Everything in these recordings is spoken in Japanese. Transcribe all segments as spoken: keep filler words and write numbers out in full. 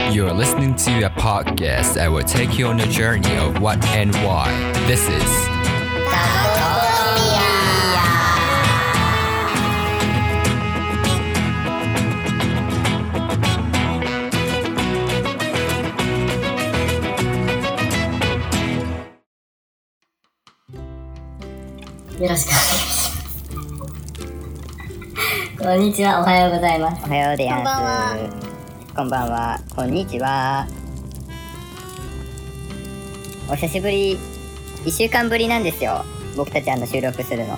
You're listening to a podcast that will take you on a journey of what and why. This is よろしくお願いします。こんにちは、おはようございます。 おはようでやんす。 こんばんは。 こんばんは。こんにちは。お久しぶり、いっしゅうかんぶりなんですよ。僕たちあの収録するの。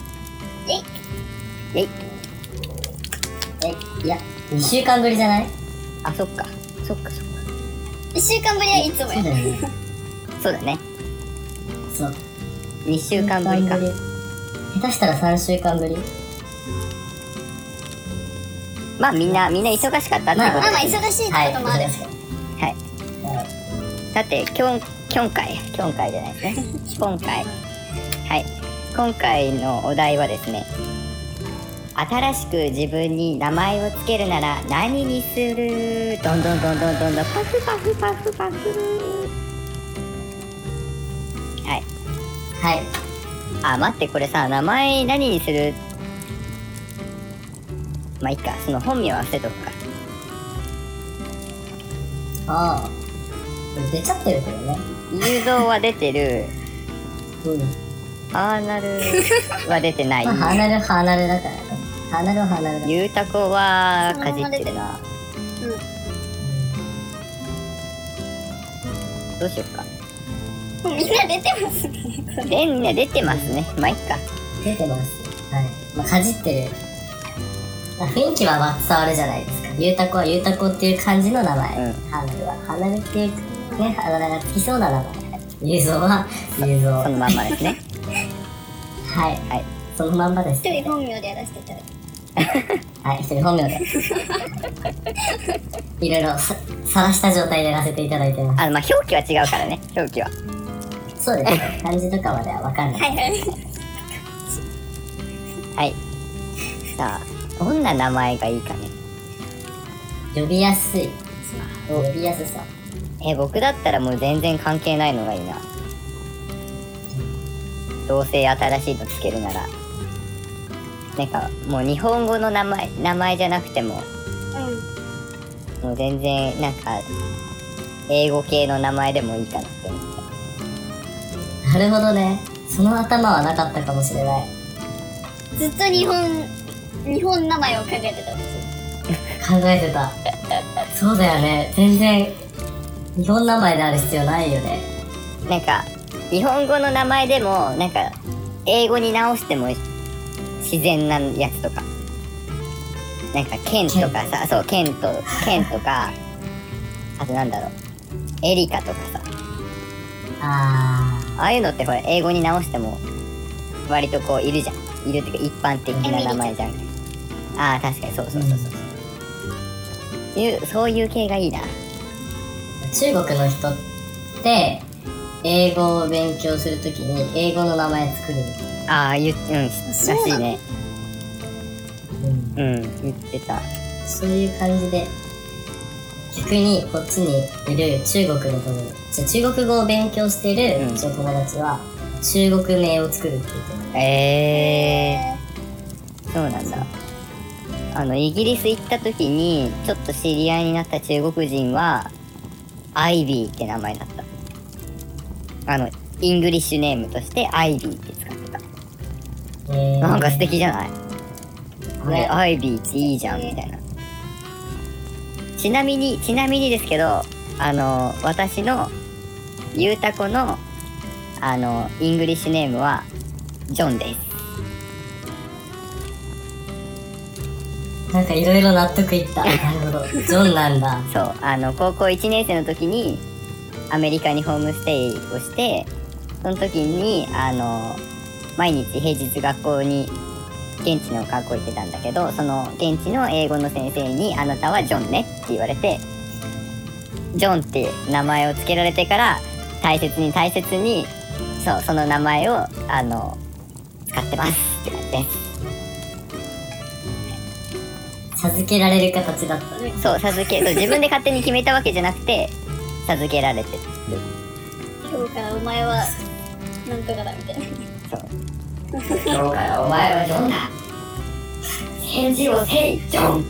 えいえいえ、いや、にしゅうかんぶりじゃない？ あ、そっか。そっかそっか。 いっしゅうかんぶりはいつもや。 そうだよね。 そうだね。 そう。 にしゅうかんぶりか。 下手したらさんしゅうかんぶり。 まあみんな、みんな忙しかったってことで、 まあまあ忙しいってこともある。 はい。 はい。さて、きょん、今回、今回じゃないですね。今回。はい。今回のお題はですね、新しく自分に名前をつけるなら何にする？どんどんどんどんどんどん、パフパフパフパフ。はい。 はい。 あ、待って、これさ、名前何にする？まあいいか、その本名は伏せとくか。 ああ。出ちゃってるけどね。 雄三は出てる。 うん。 ハーナルは出てない。 まあ、ハーナルハーナルだからね。ハーナルはハーナルだから。 ゆうたこはかじってるな。どうしよっか。 うん。みんな出てますね。これ。 え、みんな出てますね。まあいっか。 出てます。はい。まあ、かじってる。まあ、雰囲気はまあ伝わるじゃないですか。ゆうたこはゆうたこっていう感じの名前。 うんハーナルはハーナルっていうね、あだ名がつきそうな名前。ゆうぞうはゆうぞう。 そのまんまですね。 はい。 はい。 そのまんまです。 一人本名でやらせていただいて。 はい、一人本名で。いろいろさ晒した状態でやらせていただいてます。 あの、まあ表記は違うからね。表記は。 そうですね。漢字とかまではわかんない。 はいはい。 はい。さあ、どんな名前がいいかね。 呼びやすい。呼びやすさ。 え、僕だったらもう全然関係ないのがいいな。どうせ新しいのつけるなら。なんか、もう日本語の名前、名前じゃなくても、もう全然、なんか、英語系の名前でもいいかなって思って。 なるほどね。その頭はなかったかもしれない。 ずっと日本、日本名前を考えてたんですよ。 考えてた。そうだよね。全然、日本名前である必要ないよね。 なんか、日本語の名前でも、なんか、英語に直しても自然なやつとか。なんか、ケンとかさ、そう、ケンと、ケンとか、あとなんだろう、エリカとかさ。 あああいうのってほら、英語に直しても、割とこう、いるじゃん。いるっていうか、一般的な名前じゃん。ああ、確かに、そうそうそうそう。うん、いうそういう系がいいな。 ー。中国の人って、英語を勉強するときに、英語の名前作る。 ああ、言っ、うん、らしいね。 うん。 うん、言ってた。 そういう感じで、逆にこっちにいる中国の友達、中国語を勉強しているうんうちの友達は、中国名を作るって言ってた。 えー、そうなんだ。あの、イギリス行った時に、ちょっと知り合いになった中国人は、アイビーって名前だった。あの、イングリッシュネームとしてアイビーって使ってた。 えー、 なんか素敵じゃない？これ、 ね。 アイビーっていいじゃん、みたいな。ちなみに、ちなみにですけど、あの、私の、ゆうたこの、あの、イングリッシュネームは、ジョンです。 なんかいろいろ納得いった。なるほど。ジョンなんだ。 そう、あの、高校いちねん生の時に、アメリカにホームステイをして、その時に、あの、毎日平日学校に、現地の学校行ってたんだけど、その現地の英語の先生に、あなたはジョンねって言われて、ジョンって名前を付けられてから、大切に大切に、そう、その名前を、あの、使ってますって感じです。 授けられる形だったね。 そう授けそう自分で勝手に決めたわけじゃなくて授けられてる。 今日からお前はなんとかだみたいな。 そう今日からお前はジョンだ。返事をせいジョン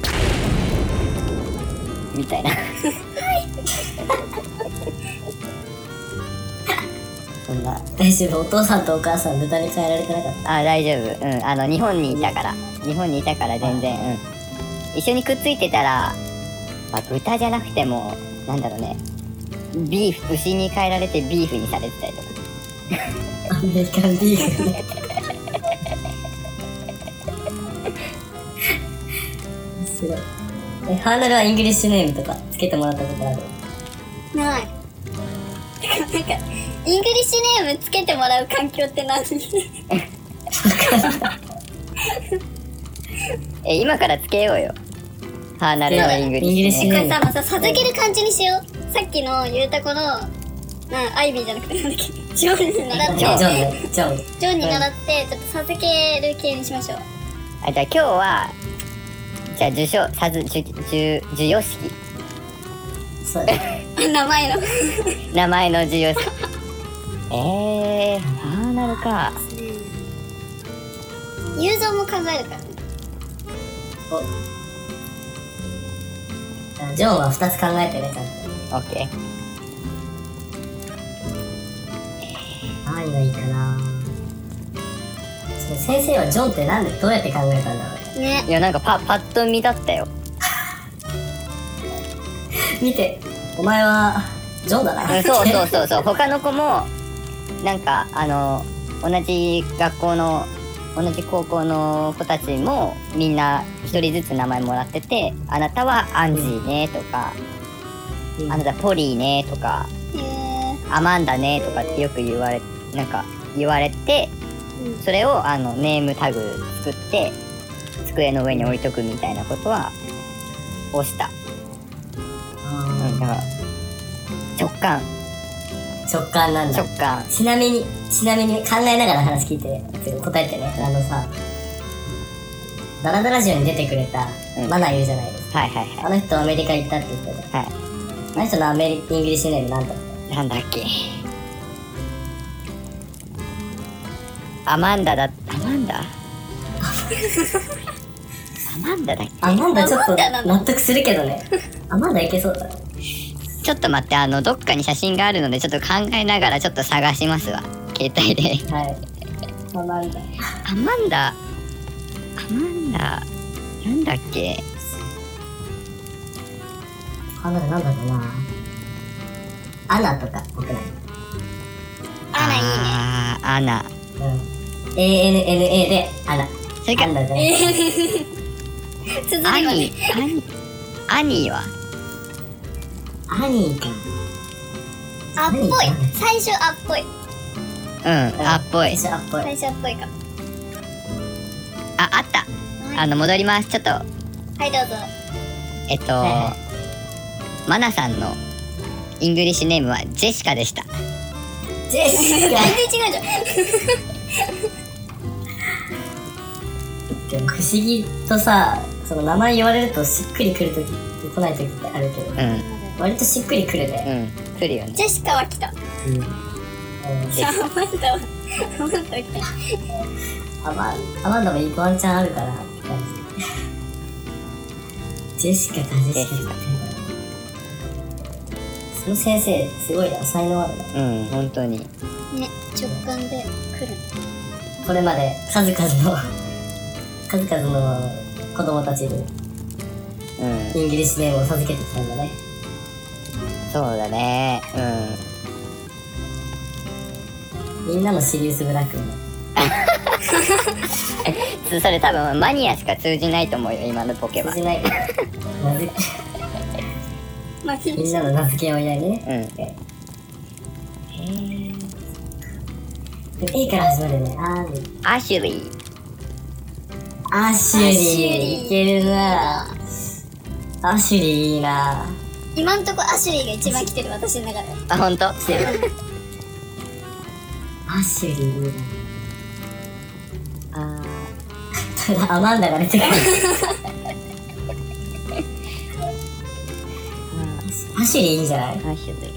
みたいなそんな。 大丈夫？お父さんとお母さん豚に変えられてなかった？ あ大丈夫。うんあの日本にいたから日本にいたから全然うん一緒にくっついてたら、まあ、豚じゃなくてもなんだろうねビーフ牛に変えられてビーフにされてたりとかアメリカンビーフね面白い。え、ハーナルはイングリッシュネームとかつけてもらったことある？ ない。てかなんかイングリッシュネームつけてもらう環境って何？ え今からつけようよハーナルのイングリッシュネーム。 これさ、まあ、さ授ける感じにしよう。さっきのゆうたこのなアイビーじゃなくてなんだっけジョンに習ってジョンね、ジョン。 ジョンに習ってちょっと授ける系にしましょう。 あじゃあ今日はじゃあ受賞さず授授授与式そうだね。 名前の名前の授与式えー、ハーナルか。 雄三も考えるからね。 おジョンはふたつ考えてね、ちゃんと。 オッケー。 何がいいかな。それ先生はジョンってなんでどうやって考えたんだろうね。 ね。 いやなんかパパッと見だったよ。 見て、お前はジョンだな。 うんそうそうそうそう他の子もなんかあの同じ学校の同じ高校の子たちもみんな一人ずつ名前もらってて、あなたはアンジーねとか、 うんあなたポリーねとか、 へえ。 アマンダねとかってよく言われなんか言われて、 うんそれをあのネームタグ作って机の上に置いとくみたいなことはをした。 あうんだから直感ー直感なんだ。 直感。 ちなみに、ちなみに考えながら話聞いてね、答えてね。あのさ、ダラダラジオに出てくれたうんマナいるじゃないですか。 はいはいあの人アメリカ行ったって言ってた。 はいはあの人のアメリイングリッシュネームなんだっい。なんだっけ。アマンダだアマンダアマンダだっけ。 た？アマンダちょっとアマンダなの納得するけどね。アマンダいけそうだね。 ちょっと待って、あのどっかに写真があるのでちょっと考えながらちょっと探しますわ携帯で。 はい。アマンダ。 アマンダアマンダなんだっけ。 アマンダなんだろうな。アナとか、僕ない。 アナいいね。 あーアナ。 うん。エーエヌエヌエー でアナ。 それかアナじゃない。 続アきはねニーアニーアニーはアニーか。 あっぽい。最初あっぽい。 うんあっぽい。 最初あっぽい。 最初あっぽいか。 ああったあの戻りますちょっとはいどうぞ。 えっと、 はいはマナさんのイングリッシュネームはジェシカでした。 ジェシカ。 全然違うじゃん。 でも不思議とさ、その名前言われるとしっくりくるときと来ないときってあるけど、 うん割としっくりくるね。 うん来るよね。 ジェシカは来た。 うん。うんアマンダはアマンダは来た。 アマンアマンダもいいワンチャンあるかなって感じ。ジェシカかジェシカか。その先生すごいな、才能あるな。 うん本当に。 ね、直感で来る。 これまで数々の数々の子供たちにうんイングリッシュネームを授けてきたんだね。 そうだね。 みんなのシリウス・ブラックもうんそれ多分マニアしか通じないと思うよ今のポケは。 通じないから名付けまあ、 みんなの名付け親にね。 うんえでも A から始まるね。あーアシュリー。 アシュリーアシュリーいけるな。アシュリーいいな。 今んとこアシュリーが一番来てる私の中で。 あ本当。 来てる。アシュリーいいな。 あただアマンダが出てくる。 アシュリーいいんじゃない？ アシュリー。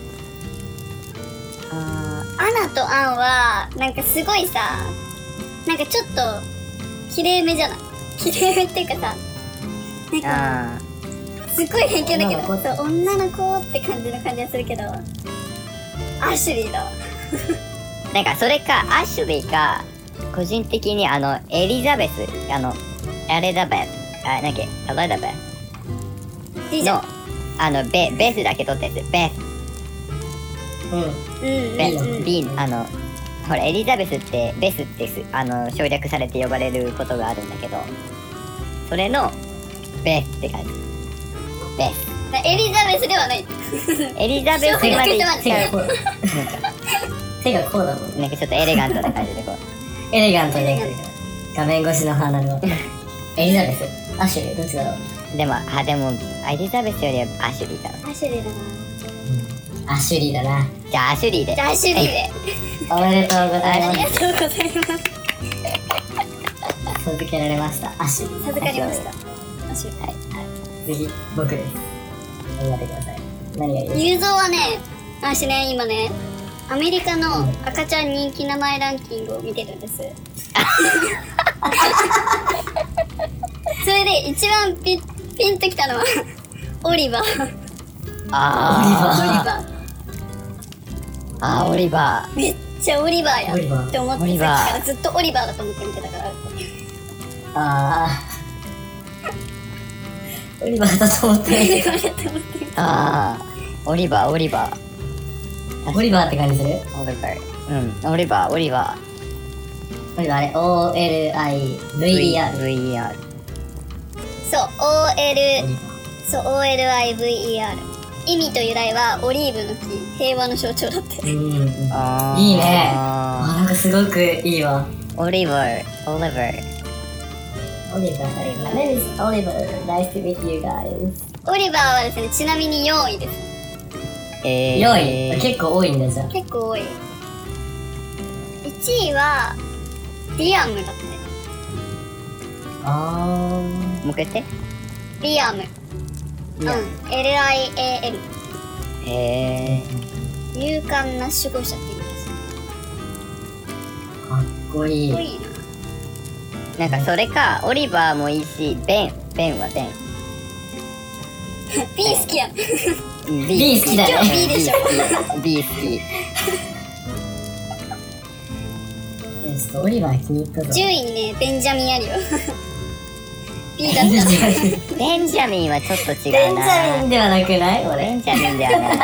あアナとアンはなんかすごいさ、なんかちょっと綺麗めじゃない？綺麗めっていうかさ、なんーかあすごい偏見だけど、 女の子そう女の子って感じの感じがするけど、アシュリーだわ。 ー。なんかそれか、アシュリーか、個人的にあの、エリザベス、あの、エリザベス、あ、なんだっけ、エリザベスいいじゃん。 の、あの、ベ、ベスだけ取ったやつ、ベうん。 ス、 うんベうんうん。 ス、ビー、あの、ほら、エリザベスって、ベスってす、あの、省略されて呼ばれることがあるんだけど、それの、ベスって感じ。ベス。 エリザベスではない。 エリザベスまで行っちゃう。 手がこう。手がこうだもんね。 なんかちょっとエレガントな感じでこう。 エレガントで画面越しの鼻の。エリザベス、アシュリー、どっちだろう。 でも、あ、でも、エリザベスよりはアシュリーかな。 アシュリーだな。 アシュリーだな。 じゃあ、アシュリーでじ。ゃあアシュリーで。 おめでとうございまありがとうございます。 す。授けられました。アシュリー。 授かりました。アシュリー。 はい。次、僕です。お願いください。何がいいですか？ ゆうぞうはね、私ね、今ね、アメリカの赤ちゃん人気名前ランキングを見てるんです。それで一番ピピンときたのはオリバー。オリあバー。 ー。あー、オリバー。 めっちゃオリバーやオリバーって思ってオリバーさっきからずっとオリバーだと思って見てたから。 あー。オリバーだと思って見てた。 あー。オリバー、オリバー。 オリバーって感じする？ オリバー。うん、オリバー、オリバオリバーあれ、オーエルアイブー。 イイーアール。 ブイイーアール。 そう、オーエル、 オリバそう、オーエルアイブイイーアール。意味と由来はオリーブの木、平和の象徴だって。 ー。うんうん。 あー。 いいね。あ、なんかすごくいいわ。 オリバー、オリバー。 オリバー、My name is Oliver. Nice to meet you guys. オリバーはですね、ちなみによんいです。 えー。 よんい。結構多いんだじゃん。 結構多い。いちいは、リアムだって。 あー。 もう一回言っリアム。 いや、 うん。エルアイエーエム。 て。へー。 勇敢な守護者って言うんです。 かっこいい。 かっこいいな。 なんかそれか、オリバーもいいし、ベン、ベンはベン。 B 好きやん。 B B 好きだよね。 B でしょ。 B 好き。 えちょっとオリバー気に入ったぞ。 じゅういにね、ベンジャミンあるよ。B だベンジった。 ャミン。 ベンジャミンはちょっと違ベンジうな。 ャミンではなくないベ俺。 ンジャミンではない。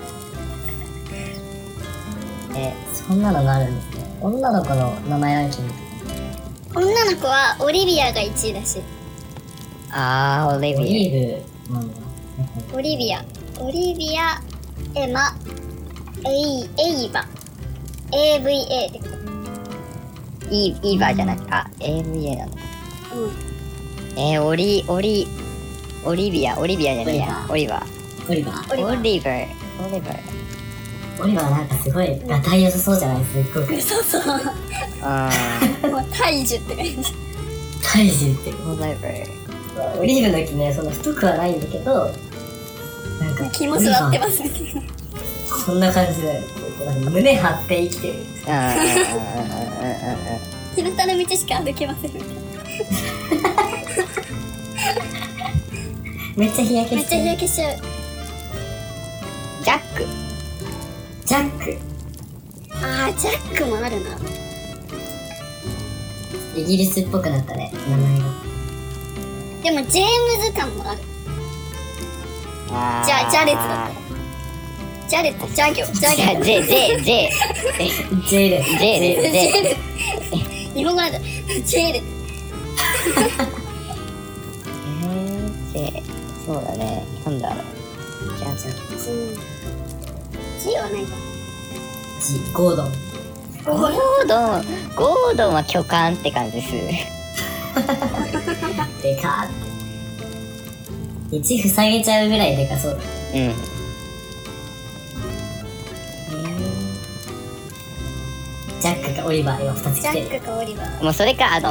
え、 そんなのがあるんですね。女の子の名前ランキング。 女の子はオリビアがいちいだし。 あー、オリオビリーブなんだ。 オリビア。オリビア、エマ、エイ、エイバ。エーブイエー ってこと。 ア。イー、イーバーじゃなくて、あ、エーブイエー なの。 うん。 えー、オリ、オリ、オリビア、オリビアじゃねえや。オリバオリバー。 ー。オリバー。オリバー。 オリバーなんかすごい、がたい良さそうじゃない？すっごく。 そうそう。 あもう体重って感じ。 体重って。 ー、オリバー。 オリーブの木ね、その太くはないんだけど、なんか、 気も座ってますみたいな。 こんな感じで、こうなんか胸張って生きてる。 あー、あー、あー、あー、あー。 日向の道しか歩けませんみたいな。 めっちゃ日焼けめっちゃ日してる。 焼けしちゃう。 ジャック。 ジャック。 あー、ジャックもあるな。 イギリスっぽくなったね、名前が。 でもジェームズ感もある。 あーじゃあ、ジャレットだった。ジャレット、ジャギョ、ジャギョ。 じゃあ、J、J、J。 J です。 J です。 ジェ J。 レ日本語なんだ。ジェレ。 えー、J。そうだね。なんだろう。じゃあ、じゃあ。 G はないか。 G、ゴードン。 ゴードン、ゴードンは巨漢って感じする。 でかーって。いち塞げちゃうぐらいでかそうだ。 うん。 ジャックかオリバー今ふたつジャ来てる。 ックかオリバー。 もうそれか、あ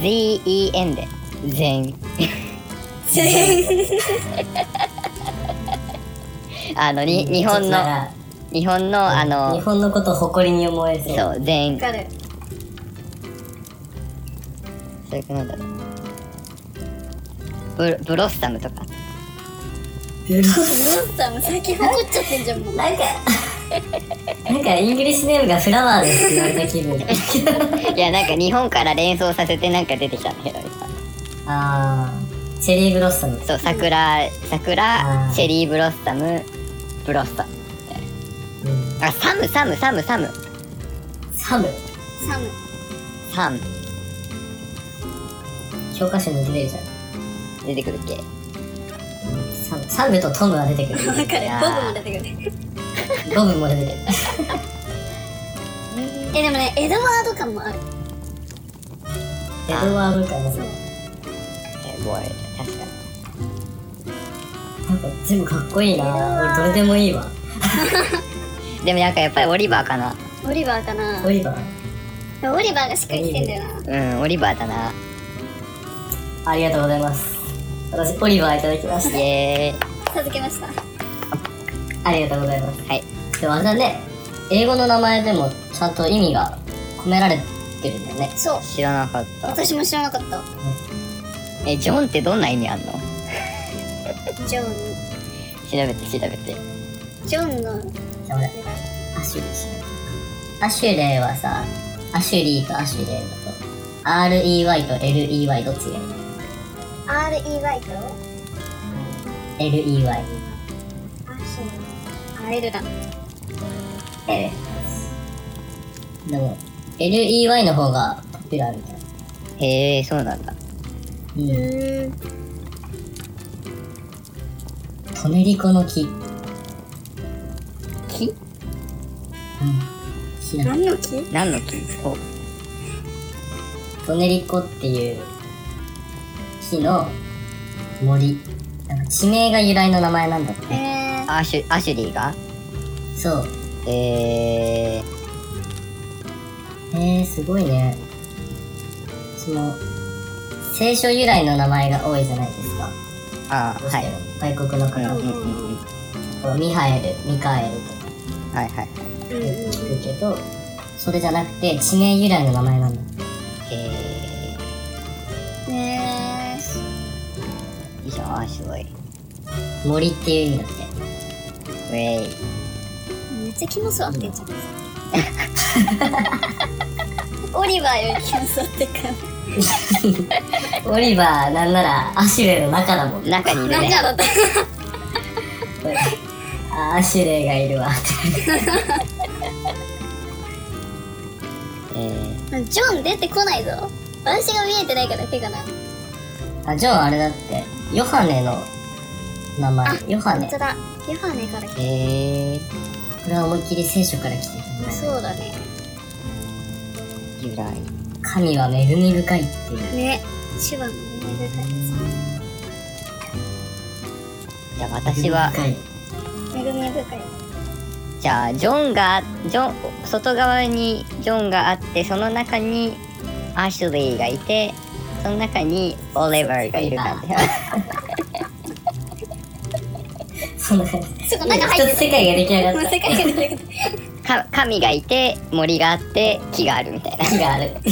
の、Z、Z、E、N で。全。 あのに日本のちょっとなんか日本のあ日の本のことを誇りに思えそう。 そう全わかる。 それかなんだろうブブロッサムとかブロッモンスターも最近誇っちゃってんじゃんもう。 なんかなんかイングリッシュネームがフラワーですって言われた気分。 いやなんか日本から連想させてなんか出てきたんだけど今あーチェリーブロッサム。 そう桜あ桜ーチェリーブロッサムブロッサムうんあサムサムサムサムサムサム。 サム教科書に出てるじゃん。 出てくるっけサムサムとトムは出てくる。 わかる。 いやーボブも出てくる。 ボブも出てくる。 え、でもね、エドワード感もある。 エドワードかな。 そうえボーイ確かなんか全部かっこいいな。俺どれでもいいわ。 にでもなんかやっぱりオリバーかなオリバーかな。 オリバー。 オリバーがしっかりしてんだよな。 うんオリバーだなありがとうございます。私オリバーいただきましイた。 エ授けました。 ありがとうございます。 ーイはいでもあれだね。英語の名前でもちゃんと意味が込められてるんだよね。 そう。 知らなかった私も知らなかった。 えジョンってどんな意味あんのジョン。 調べて調べてジョンの。 じゃあ俺アシュリーしよう。アシュレイはさ、アシュリーとアシュレイだと アールイーワイ と エルイーワイ どっちがいい？ アールイーワイ とエルイーワイ。 あ、そう。あ、L だ。 ええ。でも エルイーワイ の方がポピュラーみたいな。 へえそうなんだう。 うんーん。 トネリコの木。 木うん。木なの。 何の木？ 何の木おトネリコっていう木の森。なんか地名が由来の名前なんだって。 えー。 アシュアシュリーがそう。 えーへえ、すごいね。その、聖書由来の名前が多いじゃないですか。 あどうしても、 はい外国の方うんうんうんうんこのミハエル、ミカエルとかはいはいはいうんうん。 聞くけど、それじゃなくて地名由来の名前なんだ。 ええーいいじゃんアシュリー森っていう意味だって。 ウェイー。めっちゃキモそうって言っちゃった。オリバーよりキモそうってか。 オリバーなんならアシュレイの中だもん。 中にいるね中だった。 あ、アシュレイがいるわって。 えージョン出てこないぞ。私が見えてないからだけかな。 あ、ジョンあれだって、ヨハネの名前。ヨハネ。 本当だ。ヨハネから来えーこれは思いっきり聖書から来てるんだた。 ね。 そうだね。 由来神は恵み深いっていう。 ね。手話の目深いじゃあ私は恵み深い。 です。恵み深い。 じゃあジョンがジョン外側にジョンがあってその中にアシュリーがいてその中にオリバーがいる感じそんな感じ。 そこ中入って一つ世界が出来上がもうった。 世界が出てくる。 か神がいて森があって木があるみたいな木がある。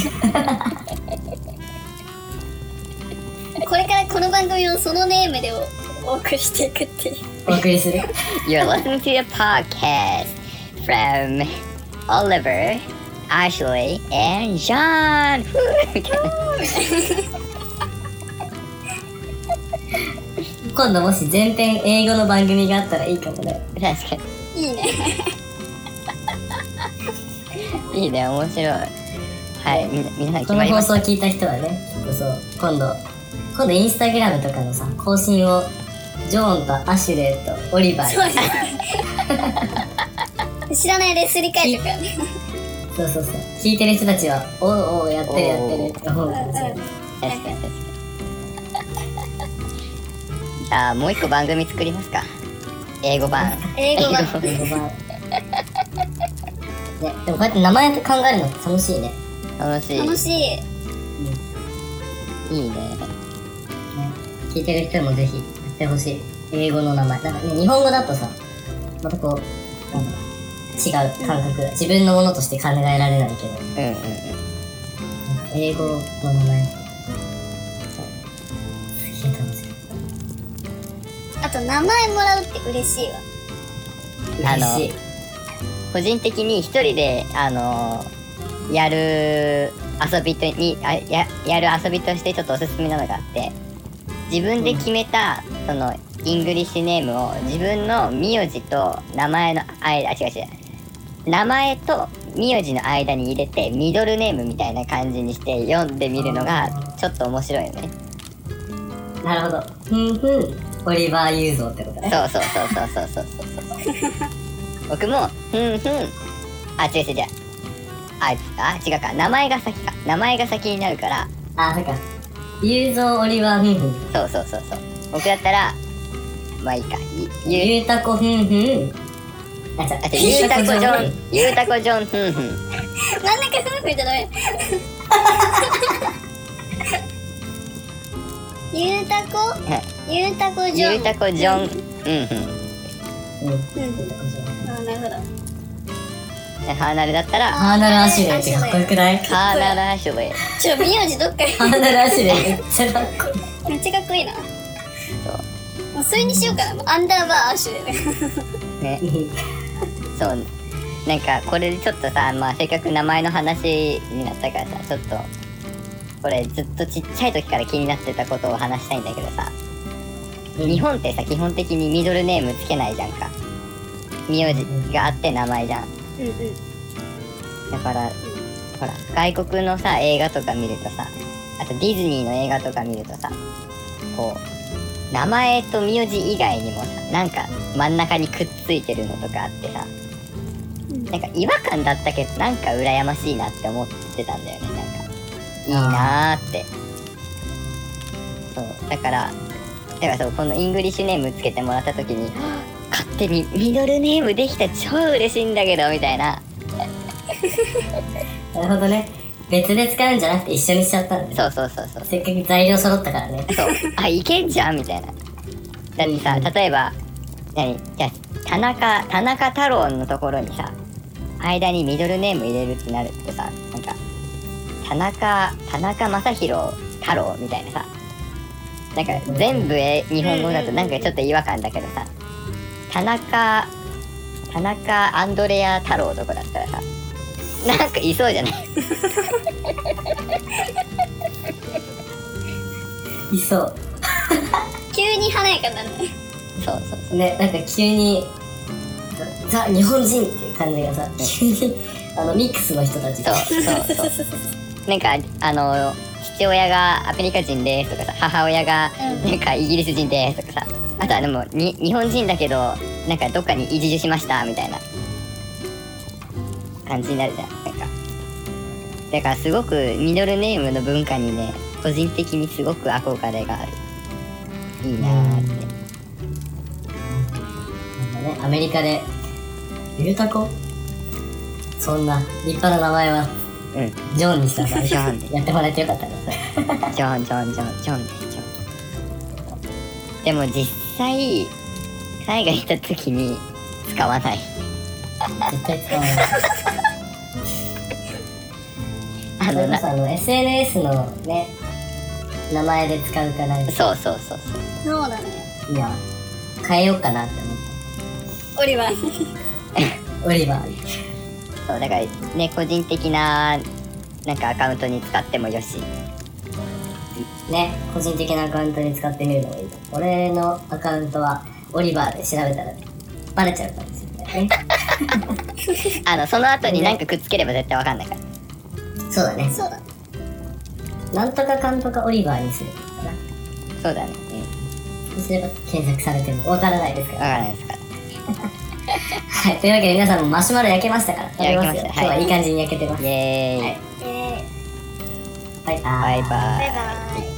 これからこの番組をそのネームでお送りしていくっていう。 お送りする。 You're listening to a podcast from Oliver, Ashley, and John みたいな今度もし全編英語の番組があったらいいかもね。 確かいいね。 にいいね面白いはいみ皆さん決この放まりました送聞いた人はね、きっとそう、今度、今度インスタグラムとかのさ、更新を、ジョーンとアシュレイとオリバーに。 そうですね。知らないですり替えとかね。 そうそうそう。聞いてる人たちは、おうおう、やってるやってるって思うかもしれない。 確かに確かにじゃあもう一個番組作りますか英語版英語版。 英語版。ね、でもこうやって名前考えるのって楽しいね。 楽しい楽しい。 いいねね、聞いてる人もぜひやってほしい。英語の名前。なんかね、日本語だとさ、 またこう、なんだろう、違う感覚が、自分のものとして考えられないけど、 うんうんうん。 英語の名前ってすげえ楽しい。 あと名前もらうって嬉しいわ。 あの嬉しい。 個人的に一人であのやる遊びとにあややる遊びとしてちょっとおすすめなのがあって、自分で決めた、うん、そのイングリッシュネームを自分の名字と名前の間、あ、違う違う、名前と名字の間に入れてミドルネームみたいな感じにして読んでみるのがちょっと面白いよね。 なるほど。ふんふんオリバー・ユーゾーってことね。 そうそうそうそうそうそうそうそう僕もふんふん、あ、違う違う違う、ああ違うか、名前が先か、名前が先になるから、 あ、そっか。ユーゾー・オリバー・ふんふん。 そうそうそうそう、僕だったらまあいいか、ゆゆゆうたこふんふん。あ、ちゃ、 あとゆうたこジョン、ゆうたこジョンふんふん。 真ん中夫婦じゃダメ。ゆうたこゆうたこジョン。 ゆうたこジョンふんふん。 うん。 あ、なるほど。 ハーナルだったらハーナル・アシュレイってかっこよくない？ ハーナルアシュレイ。 ちょ、名字どっかハーナル・アシュレイめっちゃかっこいい。 めっちゃかっこいいな。 そうもうそれにしようかな。もうアンダーバーアッシュでね。 ね。そうなんかこれでちょっとさ、まあせっかく名前の話になったからさ、ちょっとこれずっとちっちゃい時から気になってたことを話したいんだけどさ、 うん、 日本ってさ基本的にミドルネームつけないじゃんか。名字があって名前じゃん。 うんうん。 だからほら外国のさ映画とか見るとさ、あとディズニーの映画とか見るとさ、こう名前と名字以外にもさ、なんか真ん中にくっついてるのとかあってさ、なんか違和感だったけどなんか羨ましいなって思ってたんだよね。なんかいいなーって。そうだからだからそうこのイングリッシュネームつけてもらった時に勝手にミドルネームできた超嬉しいんだけどみたいな。 なるほどね。別で使うんじゃなくて一緒にしちゃったんだね。 そうそうそうそう。 せっかく材料揃ったからね。 そうあいけんじゃんみたいな。だってさ、例えば何じゃあ田中田中太郎のところにさ間にミドルネーム入れるってなるとさ、なんか田中田中将大太郎みたいなさ、なんか全部え日本語だとなんかちょっと違和感だけどさ、田中田中アンドレア太郎とかだったらさ、なんかいそうじゃない？ いそう。 急に華やかになるね。 そうそうそう。 ね、なんか急にザ・日本人っていう感じがさ、急にあのミックスの人たちそうそうそうなんかあの父親がアメリカ人ですとかさ、母親がなんかイギリス人ですとかさ、あとはでもに日本人だけどなんかどっかに移住しましたみたいな感じになるじゃん。なんかだからすごくミドルネームの文化にね、個人的にすごく憧れがある。いいなーって。 なんかね、アメリカでゆうたこそんな立派な名前はうんジョンにしたさ、 ジョンでやってもらえてよかったね。 ジョンジョンジョンジョンですジョン。でも実際海外行った時に使わない。 絶対使わない。 あのなそれこそあの エスエヌエス のね名前で使うからそうそうそうそう。 そうだね。 今変えようかなって思っオリバー。 た。オリバー。 そうだからね、個人的ななんかアカウントに使ってもよし。 ね、個人的なアカウントに使ってみるのもいいと。俺のアカウントはオリバーで調べたらバレちゃうかもしれないね。 あのその後になんかくっつければ絶対わかんないから。 そうだね。 そうだね。 なんとかかんとかオリバーにするかな。 そうだね。うん。 そうすれば検索されてもわからないですか。 わかららないですから。 はい、というわけで皆さんもマシュマロ焼けましたから食べますよ。 焼けました今日はいい感じに焼けてます。 イエーイ。 はいえバイバーイ。 バイバイ。 ー、バイバーイ。